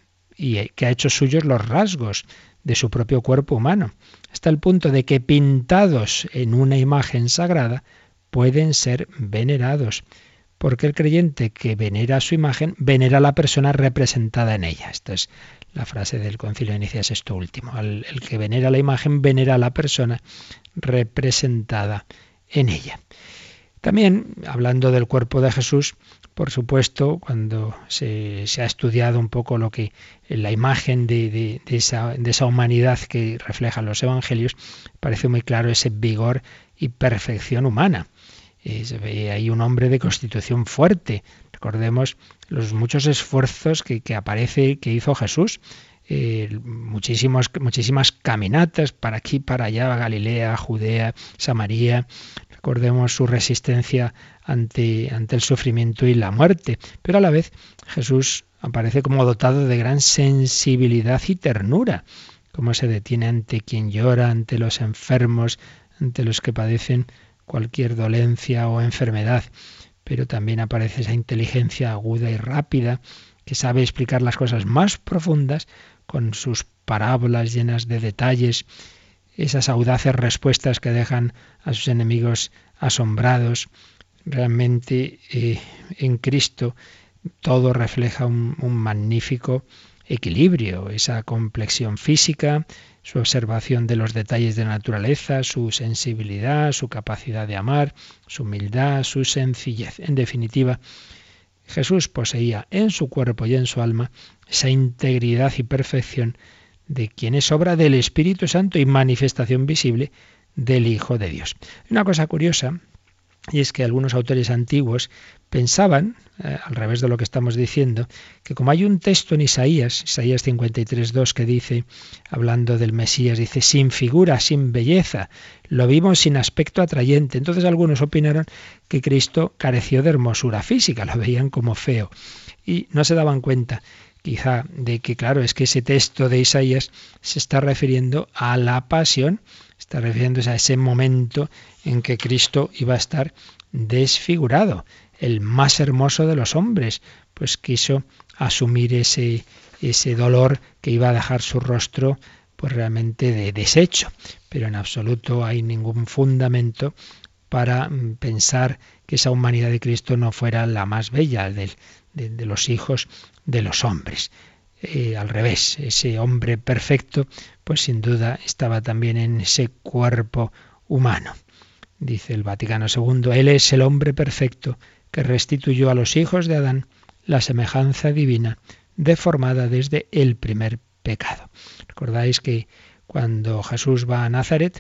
y que ha hecho suyos los rasgos de su propio cuerpo humano, hasta el punto de que pintados en una imagen sagrada pueden ser venerados, porque el creyente que venera su imagen venera a la persona representada en ella. Esta es la frase del Concilio de Nicea, es esto último. El, el que venera la imagen venera a la persona representada en ella. También, hablando del cuerpo de Jesús, por supuesto, cuando se, se ha estudiado un poco lo que la imagen de, de, de, esa, de esa humanidad que reflejan los evangelios, parece muy claro ese vigor y perfección humana. Eh, se ve ahí un hombre de constitución fuerte. Recordemos los muchos esfuerzos que, que aparece que hizo Jesús. Eh, muchísimos, muchísimas caminatas para aquí, para allá, Galilea, Judea, Samaria. Recordemos su resistencia ante, ante el sufrimiento y la muerte. Pero a la vez Jesús aparece como dotado de gran sensibilidad y ternura. Cómo se detiene ante quien llora, ante los enfermos, ante los que padecen cualquier dolencia o enfermedad. Pero también aparece esa inteligencia aguda y rápida que sabe explicar las cosas más profundas con sus parábolas llenas de detalles, esas audaces respuestas que dejan a sus enemigos asombrados. Realmente eh, en Cristo todo refleja un, un magnífico equilibrio, esa complexión física, su observación de los detalles de la naturaleza, su sensibilidad, su capacidad de amar, su humildad, su sencillez. En definitiva, Jesús poseía en su cuerpo y en su alma esa integridad y perfección de quien es obra del Espíritu Santo y manifestación visible del Hijo de Dios. Una cosa curiosa, y es que algunos autores antiguos pensaban, eh, al revés de lo que estamos diciendo, que como hay un texto en Isaías, Isaías cincuenta y tres, dos, que dice, hablando del Mesías, dice, sin figura, sin belleza, lo vimos sin aspecto atrayente. Entonces algunos opinaron que Cristo careció de hermosura física, lo veían como feo. Y no se daban cuenta, quizá, de que, claro, es que ese texto de Isaías se está refiriendo a la pasión, está refiriéndose a ese momento en que Cristo iba a estar desfigurado. El más hermoso de los hombres, pues quiso asumir ese, ese dolor que iba a dejar su rostro pues realmente de deshecho. Pero en absoluto hay ningún fundamento para pensar que esa humanidad de Cristo no fuera la más bella de, de, de los hijos de los hombres. Eh, al revés, ese hombre perfecto, pues sin duda estaba también en ese cuerpo humano. Dice el Vaticano segundo, Él es el hombre perfecto que restituyó a los hijos de Adán la semejanza divina, deformada desde el primer pecado. Recordáis que cuando Jesús va a Nazaret,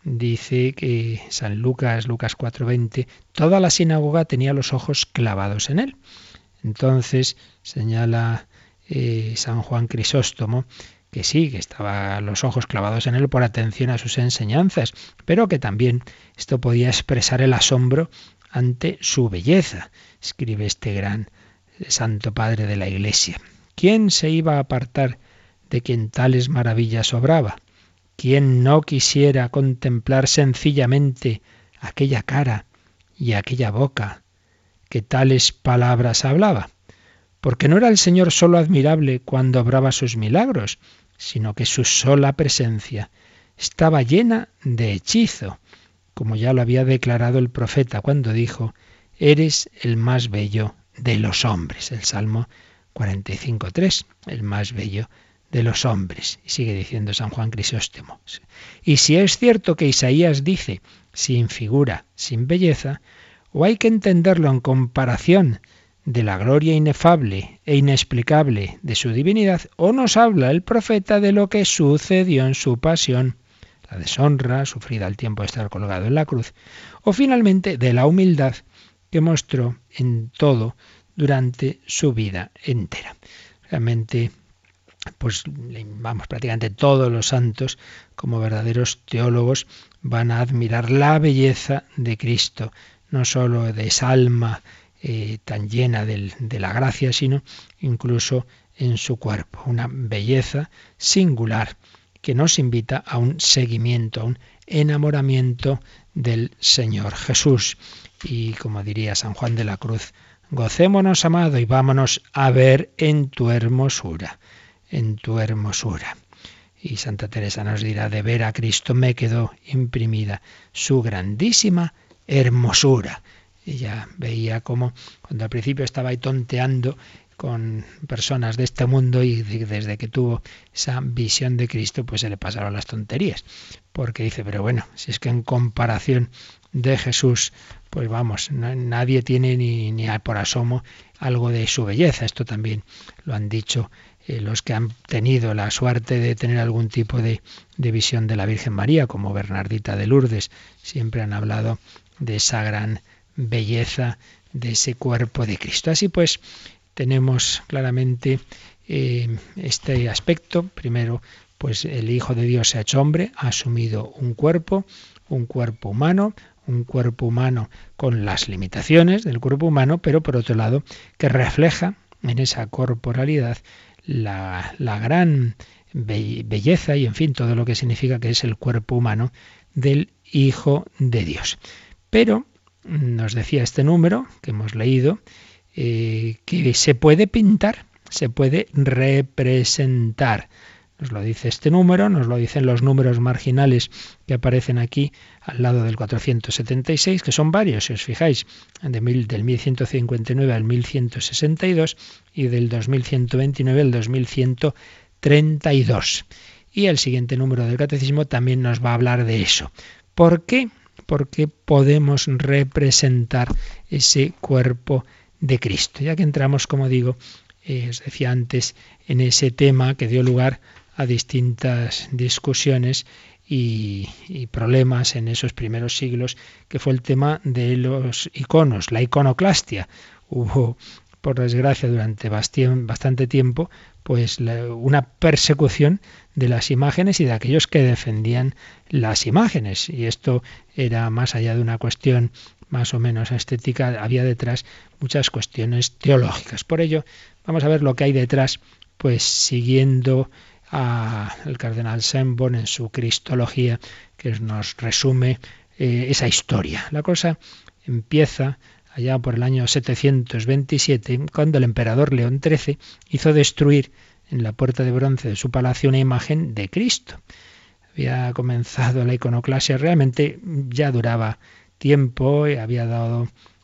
dice que San Lucas, Lucas cuatro veinte, toda la sinagoga tenía los ojos clavados en él. Entonces señala eh, San Juan Crisóstomo que sí, que estaban los ojos clavados en él por atención a sus enseñanzas, pero que también esto podía expresar el asombro ante su belleza, escribe este gran santo padre de la Iglesia. ¿Quién se iba a apartar de quien tales maravillas obraba? ¿Quién no quisiera contemplar sencillamente aquella cara y aquella boca que tales palabras hablaba? Porque no era el Señor solo admirable cuando obraba sus milagros, sino que su sola presencia estaba llena de hechizo, como ya lo había declarado el profeta cuando dijo, eres el más bello de los hombres. El Salmo cuarenta y cinco tres, el más bello de los hombres. Y sigue diciendo San Juan Crisóstomo. Y si es cierto que Isaías dice, sin figura, sin belleza, o hay que entenderlo en comparación de la gloria inefable e inexplicable de su divinidad, o nos habla el profeta de lo que sucedió en su pasión, la deshonra sufrida al tiempo de estar colgado en la cruz, o finalmente de la humildad que mostró en todo durante su vida entera. Realmente, pues vamos, prácticamente todos los santos, como verdaderos teólogos, van a admirar la belleza de Cristo, no solo de esa alma Eh, tan llena del, de la gracia, sino incluso en su cuerpo. Una belleza singular que nos invita a un seguimiento, a un enamoramiento del Señor Jesús. Y como diría San Juan de la Cruz, gocémonos, amado, y vámonos a ver en tu hermosura, en tu hermosura. Y Santa Teresa nos dirá, de ver a Cristo me quedó imprimida su grandísima hermosura. Ella veía cómo cuando al principio estaba ahí tonteando con personas de este mundo y desde que tuvo esa visión de Cristo, pues se le pasaron las tonterías. Porque dice, pero bueno, si es que en comparación de Jesús, pues vamos, no, nadie tiene ni, ni por asomo algo de su belleza. Esto también lo han dicho eh, los que han tenido la suerte de tener algún tipo de, de visión de la Virgen María, como Bernardita de Lourdes. Siempre han hablado de esa gran belleza de ese cuerpo de Cristo. Así pues, tenemos claramente eh, este aspecto. Primero, pues el Hijo de Dios se ha hecho hombre, ha asumido un cuerpo, un cuerpo humano, un cuerpo humano con las limitaciones del cuerpo humano, pero por otro lado, que refleja en esa corporalidad la, la gran belleza y, en fin, todo lo que significa que es el cuerpo humano del Hijo de Dios. Pero nos decía este número que hemos leído, eh, que se puede pintar, se puede representar. Nos lo dice este número, nos lo dicen los números marginales que aparecen aquí al lado del cuatrocientos setenta y seis, que son varios, si os fijáis, de mil, del mil ciento cincuenta y nueve al mil ciento sesenta y dos y del dos mil ciento veintinueve al dos mil ciento treinta y dos. Y el siguiente número del Catecismo también nos va a hablar de eso. ¿Por qué? Porque podemos representar ese cuerpo de Cristo. Ya que entramos, como digo, eh, os decía antes, en ese tema que dio lugar a distintas discusiones y, y problemas en esos primeros siglos, que fue el tema de los iconos, la iconoclastia. Hubo, por desgracia, durante bastante tiempo, pues una persecución de las imágenes y de aquellos que defendían las imágenes. Y esto era más allá de una cuestión más o menos estética, había detrás muchas cuestiones teológicas. Por ello, vamos a ver lo que hay detrás, pues siguiendo al cardenal Sanborn en su Cristología, que nos resume eh, esa historia. La cosa empieza allá por el año setecientos veintisiete, cuando el emperador León trece hizo destruir en la puerta de bronce de su palacio una imagen de Cristo. Había comenzado la iconoclasia, realmente ya duraba tiempo, había dado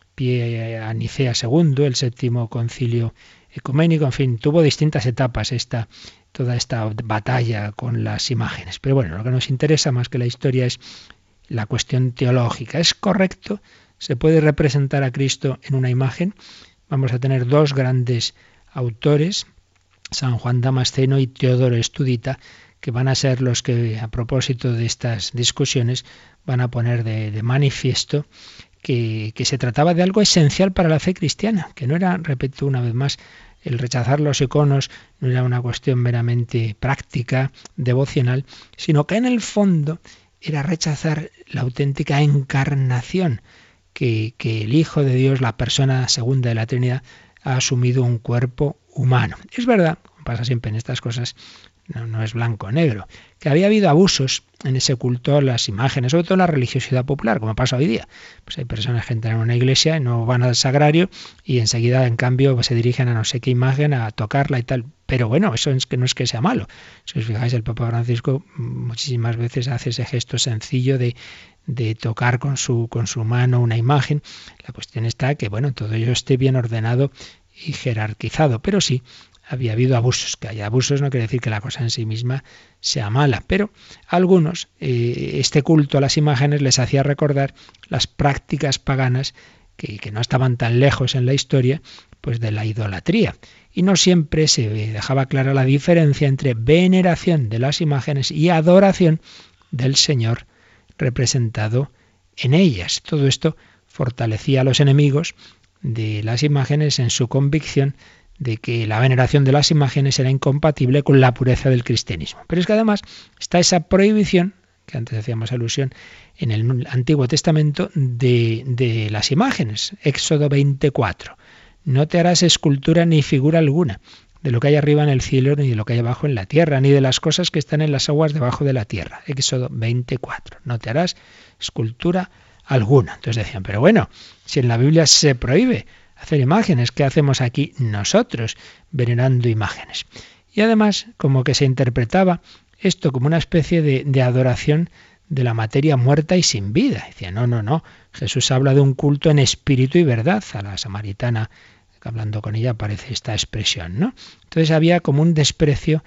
pie a Nicea segundo, el séptimo concilio ecuménico, en fin, tuvo distintas etapas esta, toda esta batalla con las imágenes. Pero bueno, lo que nos interesa más que la historia es la cuestión teológica. ¿Es correcto? ¿Se puede representar a Cristo en una imagen? Vamos a tener dos grandes autores, San Juan Damasceno y Teodoro Estudita, que van a ser los que, a propósito de estas discusiones, van a poner de, de manifiesto que, que se trataba de algo esencial para la fe cristiana, que no era, repito una vez más, el rechazar los iconos no era una cuestión meramente práctica, devocional, sino que en el fondo era rechazar la auténtica encarnación, que, que el Hijo de Dios, la persona segunda de la Trinidad, ha asumido un cuerpo humano. Es verdad, como pasa siempre en estas cosas, no, no es blanco o negro, que había habido abusos en ese culto a las imágenes, sobre todo en la religiosidad popular, como pasa hoy día. Pues hay personas que entran a una iglesia y no van al sagrario y enseguida, en cambio, se dirigen a no sé qué imagen, a tocarla y tal. Pero bueno, eso es que no es que sea malo. Si os fijáis, el Papa Francisco muchísimas veces hace ese gesto sencillo de, de tocar con su, con su mano una imagen. La cuestión está que, bueno, todo ello esté bien ordenado y jerarquizado, pero sí había habido abusos. Que haya abusos no quiere decir que la cosa en sí misma sea mala, pero a algunos eh, este culto a las imágenes les hacía recordar las prácticas paganas que, que no estaban tan lejos en la historia, pues de la idolatría. Y no siempre se dejaba clara la diferencia entre veneración de las imágenes y adoración del Señor representado en ellas. Todo esto fortalecía a los enemigos de las imágenes en su convicción de que la veneración de las imágenes era incompatible con la pureza del cristianismo. Pero es que además está esa prohibición, que antes hacíamos alusión, en el Antiguo Testamento de, de las imágenes. Éxodo veinticuatro. No te harás escultura ni figura alguna de lo que hay arriba en el cielo, ni de lo que hay abajo en la tierra, ni de las cosas que están en las aguas debajo de la tierra. Éxodo veinticuatro. No te harás escultura alguna. Entonces decían, pero bueno, si en la Biblia se prohíbe hacer imágenes, ¿qué hacemos aquí nosotros venerando imágenes? Y además, como que se interpretaba esto como una especie de, de adoración de la materia muerta y sin vida. Decía, no, no, no, Jesús habla de un culto en espíritu y verdad. A la samaritana, hablando con ella, aparece esta expresión, ¿no? Entonces había como un desprecio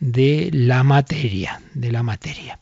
de la materia, de la materia.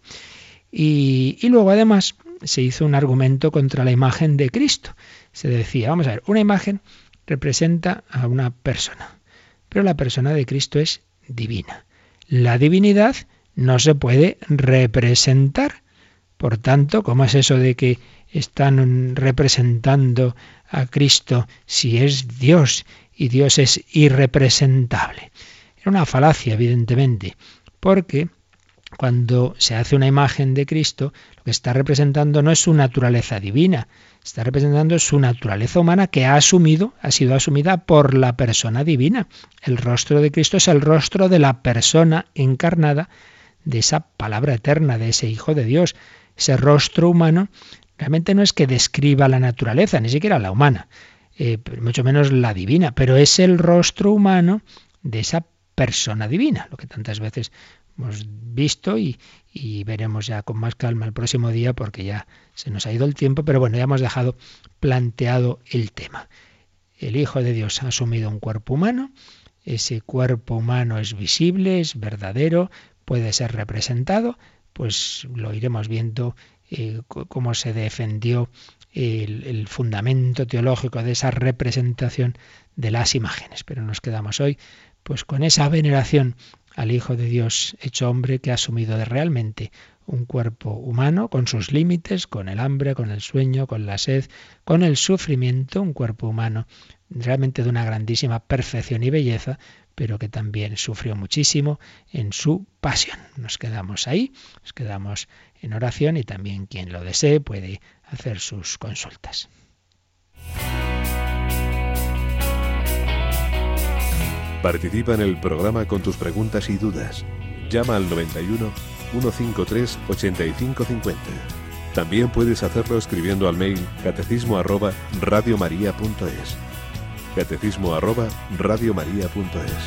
Y, y luego además se hizo un argumento contra la imagen de Cristo. Se decía, vamos a ver, una imagen representa a una persona, pero la persona de Cristo es divina. La divinidad no se puede representar. Por tanto, ¿cómo es eso de que están representando a Cristo si es Dios y Dios es irrepresentable? Era una falacia, evidentemente, porque cuando se hace una imagen de Cristo, lo que está representando no es su naturaleza divina, está representando su naturaleza humana que ha asumido, ha sido asumida por la persona divina. El rostro de Cristo es el rostro de la persona encarnada, de esa palabra eterna, de ese Hijo de Dios. Ese rostro humano realmente no es que describa la naturaleza, ni siquiera la humana, eh, mucho menos la divina, pero es el rostro humano de esa persona divina, lo que tantas veces hemos visto y, y veremos ya con más calma el próximo día porque ya se nos ha ido el tiempo, pero bueno, ya hemos dejado planteado el tema. El Hijo de Dios ha asumido un cuerpo humano, ese cuerpo humano es visible, es verdadero, puede ser representado, pues lo iremos viendo eh, cómo se defendió el, el fundamento teológico de esa representación de las imágenes. Pero nos quedamos hoy pues con esa veneración al Hijo de Dios hecho hombre que ha asumido de realmente un cuerpo humano con sus límites, con el hambre, con el sueño, con la sed, con el sufrimiento, un cuerpo humano realmente de una grandísima perfección y belleza, pero que también sufrió muchísimo en su pasión. Nos quedamos ahí, nos quedamos en oración y también quien lo desee puede hacer sus consultas. Participa en el programa con tus preguntas y dudas. Llama al noventa y uno, ciento cincuenta y tres, ochenta y cinco cincuenta. También puedes hacerlo escribiendo al mail catecismo arroba radiomaria punto es. Catecismo arroba radiomaria punto es.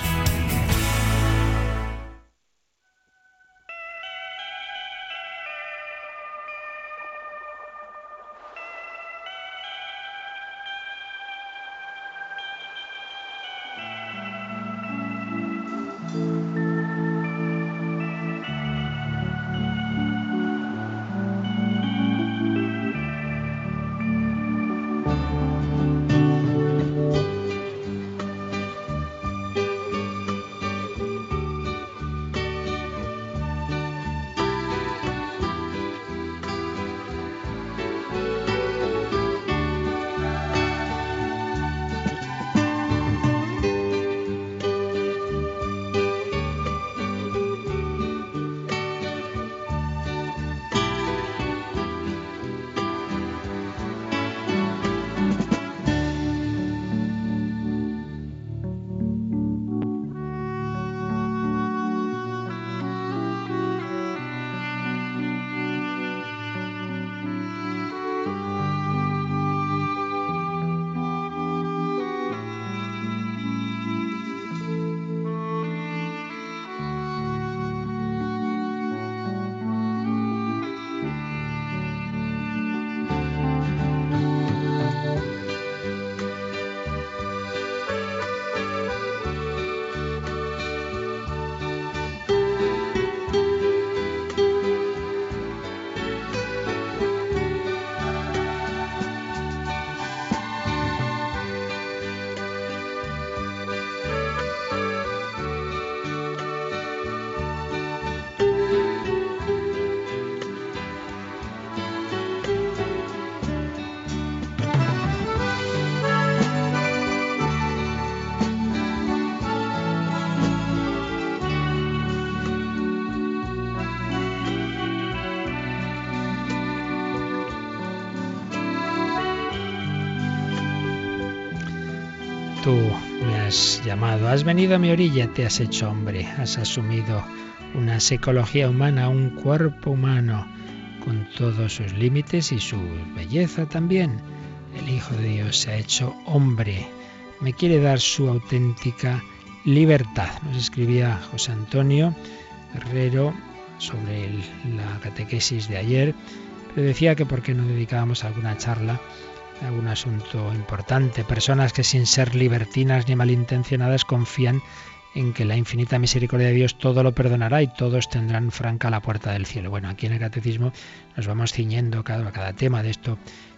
Tú me has llamado, has venido a mi orilla, te has hecho hombre, has asumido una psicología humana, un cuerpo humano, con todos sus límites y su belleza también. El Hijo de Dios se ha hecho hombre, me quiere dar su auténtica libertad. Nos escribía José Antonio Herrero sobre el, la catequesis de ayer, pero decía que por qué no dedicábamos alguna charla a algún asunto importante. Personas que sin ser libertinas ni malintencionadas confían en que la infinita misericordia de Dios todo lo perdonará y todos tendrán franca la puerta del cielo. Bueno, aquí en el Catecismo nos vamos ciñendo cada, cada tema de esto.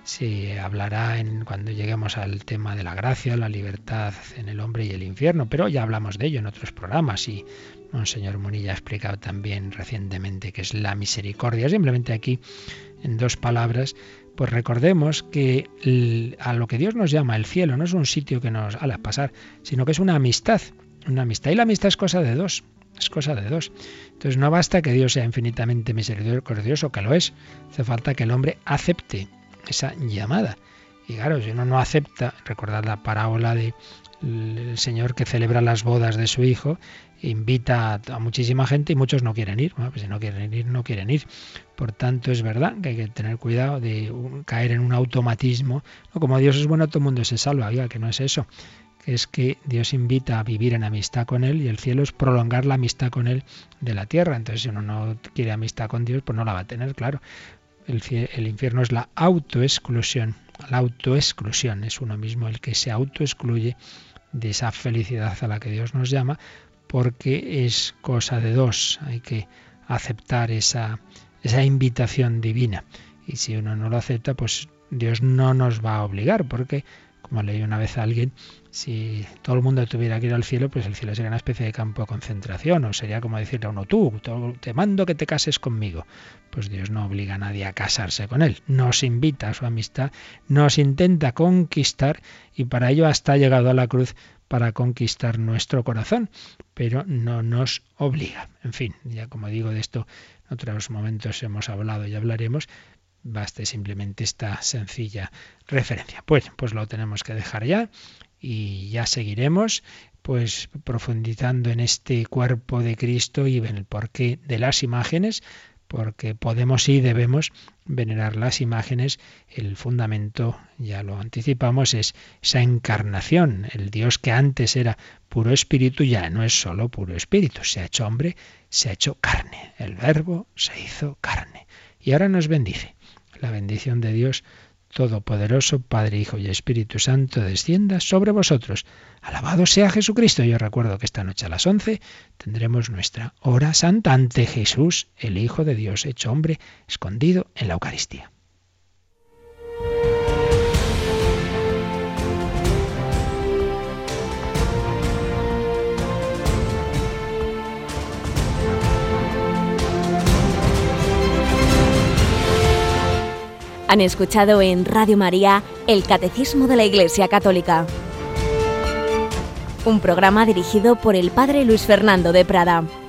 Se hablará en, cuando lleguemos al tema de la gracia, la libertad en el hombre y el infierno, pero ya hablamos de ello en otros programas y Monseñor Munilla ha explicado también recientemente qué es la misericordia. Simplemente aquí, en dos palabras, Pues recordemos que el, a lo que Dios nos llama el cielo no es un sitio que nos haga pasar, sino que es una amistad, una amistad. Y la amistad es cosa de dos, es cosa de dos. Entonces no basta que Dios sea infinitamente misericordioso, que lo es, hace falta que el hombre acepte esa llamada. Y claro, si uno no acepta, recordad la parábola de el Señor que celebra las bodas de su hijo, invita a, a muchísima gente y muchos no quieren ir. Bueno, pues si no quieren ir, no quieren ir. Por tanto, es verdad que hay que tener cuidado de un, caer en un automatismo. No, como Dios es bueno, todo el mundo se salva. Oiga, que no es eso. Que es que Dios invita a vivir en amistad con Él y el cielo es prolongar la amistad con Él de la tierra. Entonces, si uno no quiere amistad con Dios, pues no la va a tener, claro. El, el infierno es la autoexclusión. La autoexclusión es uno mismo el que se autoexcluye de esa felicidad a la que Dios nos llama, porque es cosa de dos. Hay que aceptar esa, esa invitación divina. Y si uno no lo acepta, pues Dios no nos va a obligar, porque, como leí una vez a alguien, si todo el mundo tuviera que ir al cielo, pues el cielo sería una especie de campo de concentración, o sería como decirle a uno, tú, te mando que te cases conmigo. Pues Dios no obliga a nadie a casarse con Él, nos invita a su amistad, nos intenta conquistar y para ello hasta ha llegado a la cruz para conquistar nuestro corazón, pero no nos obliga. En fin, ya como digo, de esto en otros momentos hemos hablado y hablaremos, baste simplemente esta sencilla referencia. Pues, pues lo tenemos que dejar ya y ya seguiremos pues profundizando en este cuerpo de Cristo y en el porqué de las imágenes, porque podemos y debemos venerar las imágenes. El fundamento, ya lo anticipamos, es esa encarnación. El Dios que antes era puro espíritu ya no es solo puro espíritu, se ha hecho hombre, se ha hecho carne. El Verbo se hizo carne y ahora nos bendice. La bendición de Dios Todopoderoso, Padre, Hijo y Espíritu Santo, descienda sobre vosotros. Alabado sea Jesucristo. Yo recuerdo que esta noche a las once tendremos nuestra hora santa ante Jesús, el Hijo de Dios, hecho hombre, escondido en la Eucaristía. Han escuchado en Radio María el Catecismo de la Iglesia Católica, un programa dirigido por el Padre Luis Fernando de Prada.